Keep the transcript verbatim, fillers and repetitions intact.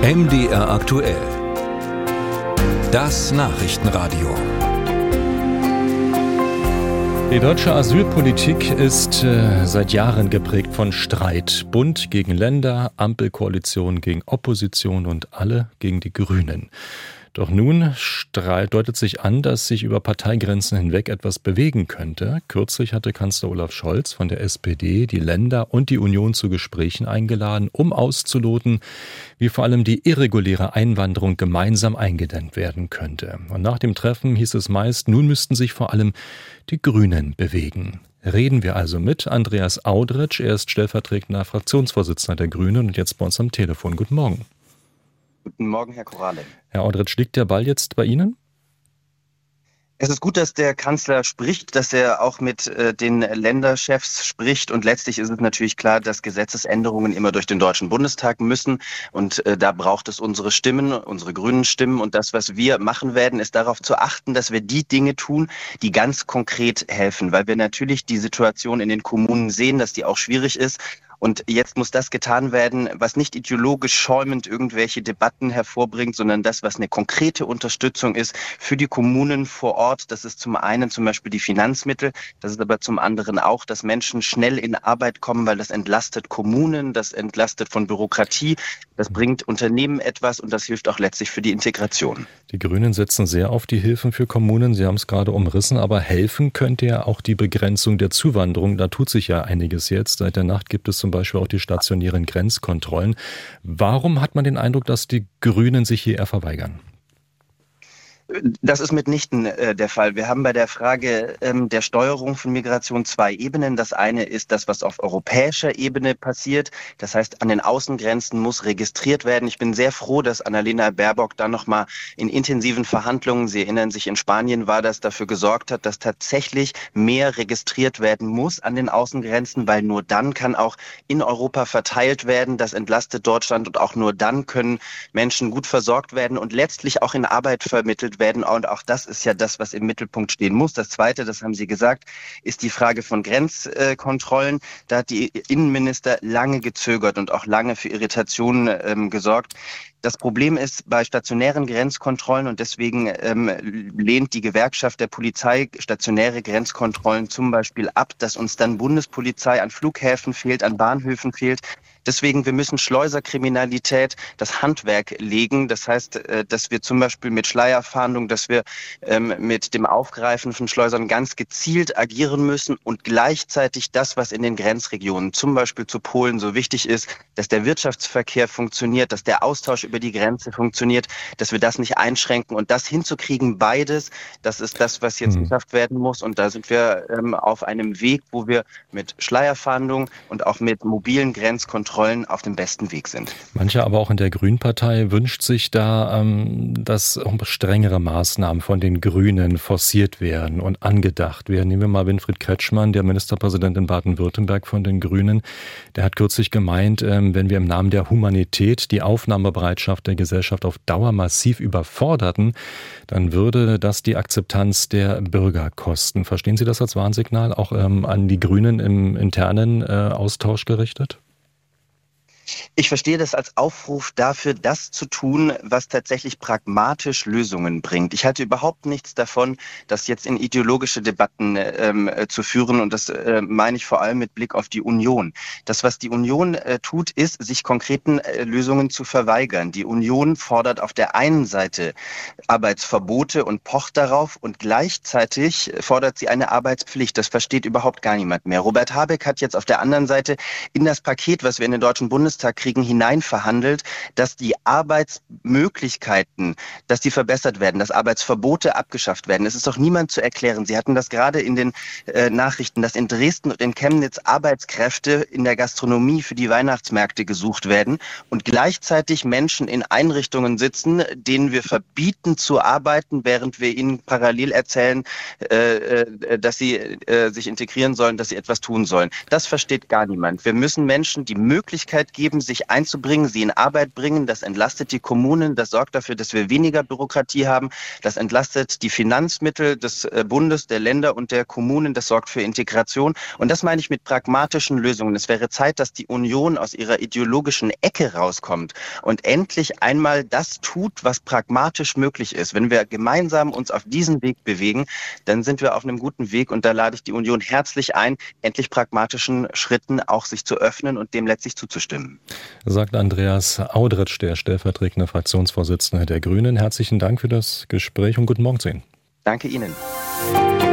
M D R aktuell. Das Nachrichtenradio. Die deutsche Asylpolitik ist äh, seit Jahren geprägt von Streit. Bund gegen Länder, Ampelkoalition gegen Opposition und alle gegen die Grünen. Doch nun streit, deutet sich an, dass sich über Parteigrenzen hinweg etwas bewegen könnte. Kürzlich hatte Kanzler Olaf Scholz von der S P D die Länder und die Union zu Gesprächen eingeladen, um auszuloten, wie vor allem die irreguläre Einwanderung gemeinsam eingedämmt werden könnte. Und nach dem Treffen hieß es meist, nun müssten sich vor allem die Grünen bewegen. Reden wir also mit Andreas Audretsch. Er ist stellvertretender Fraktionsvorsitzender der Grünen und jetzt bei uns am Telefon. Guten Morgen. Guten Morgen, Herr Korale. Herr Audretsch, liegt der Ball jetzt bei Ihnen? Es ist gut, dass der Kanzler spricht, dass er auch mit äh, den Länderchefs spricht. Und letztlich ist es natürlich klar, dass Gesetzesänderungen immer durch den Deutschen Bundestag müssen. Und äh, da braucht es unsere Stimmen, unsere grünen Stimmen. Und das, was wir machen werden, ist darauf zu achten, dass wir die Dinge tun, die ganz konkret helfen. Weil wir natürlich die Situation in den Kommunen sehen, dass die auch schwierig ist. Und jetzt muss das getan werden, was nicht ideologisch schäumend irgendwelche Debatten hervorbringt, sondern das, was eine konkrete Unterstützung ist für die Kommunen vor Ort. Das ist zum einen zum Beispiel die Finanzmittel, das ist aber zum anderen auch, dass Menschen schnell in Arbeit kommen, weil das entlastet Kommunen, das entlastet von Bürokratie, das bringt Unternehmen etwas und das hilft auch letztlich für die Integration. Die Grünen setzen sehr auf die Hilfen für Kommunen. Sie haben es gerade umrissen, aber helfen könnte ja auch die Begrenzung der Zuwanderung. Da tut sich ja einiges jetzt. Seit der Nacht gibt es zum Beispiel auch die stationären Grenzkontrollen. Warum hat man den Eindruck, dass die Grünen sich hier eher verweigern? Das ist mitnichten äh, der Fall. Wir haben bei der Frage ähm, der Steuerung von Migration zwei Ebenen. Das eine ist das, was auf europäischer Ebene passiert. Das heißt, an den Außengrenzen muss registriert werden. Ich bin sehr froh, dass Annalena Baerbock dann nochmal in intensiven Verhandlungen, Sie erinnern sich, in Spanien war das, dafür gesorgt hat, dass tatsächlich mehr registriert werden muss an den Außengrenzen, weil nur dann kann auch in Europa verteilt werden. Das entlastet Deutschland und auch nur dann können Menschen gut versorgt werden und letztlich auch in Arbeit vermittelt werden. Und auch das ist ja das, was im Mittelpunkt stehen muss. Das Zweite, das haben Sie gesagt, ist die Frage von Grenzkontrollen. Da hat die Innenminister lange gezögert und auch lange für Irritationen ähm, gesorgt. Das Problem ist bei stationären Grenzkontrollen und deswegen ähm, lehnt die Gewerkschaft der Polizei stationäre Grenzkontrollen zum Beispiel ab, dass uns dann Bundespolizei an Flughäfen fehlt, an Bahnhöfen fehlt. Deswegen, wir müssen Schleuserkriminalität das Handwerk legen. Das heißt, dass wir zum Beispiel mit Schleierfahndung, dass wir ähm, mit dem Aufgreifen von Schleusern ganz gezielt agieren müssen und gleichzeitig das, was in den Grenzregionen, zum Beispiel zu Polen, so wichtig ist, dass der Wirtschaftsverkehr funktioniert, dass der Austausch über die Grenze funktioniert, dass wir das nicht einschränken und das hinzukriegen, beides, das ist das, was jetzt Hm. geschafft werden muss. Und da sind wir ähm, auf einem Weg, wo wir mit Schleierfahndung und auch mit mobilen Grenzkontrollen auf dem besten Weg sind. Manche aber auch in der Grünpartei wünscht sich da, ähm, dass strengere Maßnahmen von den Grünen forciert werden und angedacht werden. Nehmen wir mal Winfried Kretschmann, der Ministerpräsident in Baden-Württemberg von den Grünen. Der hat kürzlich gemeint, ähm, wenn wir im Namen der Humanität die Aufnahmebereitschaft der Gesellschaft auf Dauer massiv überforderten, dann würde das die Akzeptanz der Bürger kosten. Verstehen Sie das als Warnsignal, auch ähm, an die Grünen im internen äh, Austausch gerichtet? Ich verstehe das als Aufruf dafür, das zu tun, was tatsächlich pragmatisch Lösungen bringt. Ich halte überhaupt nichts davon, das jetzt in ideologische Debatten ähm, zu führen. Und das äh, meine ich vor allem mit Blick auf die Union. Das, was die Union äh, tut, ist, sich konkreten äh, Lösungen zu verweigern. Die Union fordert auf der einen Seite Arbeitsverbote und pocht darauf und gleichzeitig fordert sie eine Arbeitspflicht. Das versteht überhaupt gar niemand mehr. Robert Habeck hat jetzt auf der anderen Seite in das Paket, was wir in den Deutschen Bundestag kriegen, hineinverhandelt, dass die Arbeitsmöglichkeiten, dass die verbessert werden, dass Arbeitsverbote abgeschafft werden. Es ist doch niemand zu erklären. Sie hatten das gerade in den äh, Nachrichten, dass in Dresden und in Chemnitz Arbeitskräfte in der Gastronomie für die Weihnachtsmärkte gesucht werden und gleichzeitig Menschen in Einrichtungen sitzen, denen wir verbieten zu arbeiten, während wir ihnen parallel erzählen, äh, äh, dass sie äh, sich integrieren sollen, dass sie etwas tun sollen. Das versteht gar niemand. Wir müssen Menschen die Möglichkeit geben, sich sich einzubringen, sie in Arbeit bringen. Das entlastet die Kommunen, das sorgt dafür, dass wir weniger Bürokratie haben. Das entlastet die Finanzmittel des Bundes, der Länder und der Kommunen. Das sorgt für Integration. Und das meine ich mit pragmatischen Lösungen. Es wäre Zeit, dass die Union aus ihrer ideologischen Ecke rauskommt und endlich einmal das tut, was pragmatisch möglich ist. Wenn wir gemeinsam uns auf diesen Weg bewegen, dann sind wir auf einem guten Weg. Und da lade ich die Union herzlich ein, endlich pragmatischen Schritten auch sich zu öffnen und dem letztlich zuzustimmen. Sagt Andreas Audretsch, der stellvertretende Fraktionsvorsitzende der Grünen. Herzlichen Dank für das Gespräch und guten Morgen zu Ihnen. Danke Ihnen.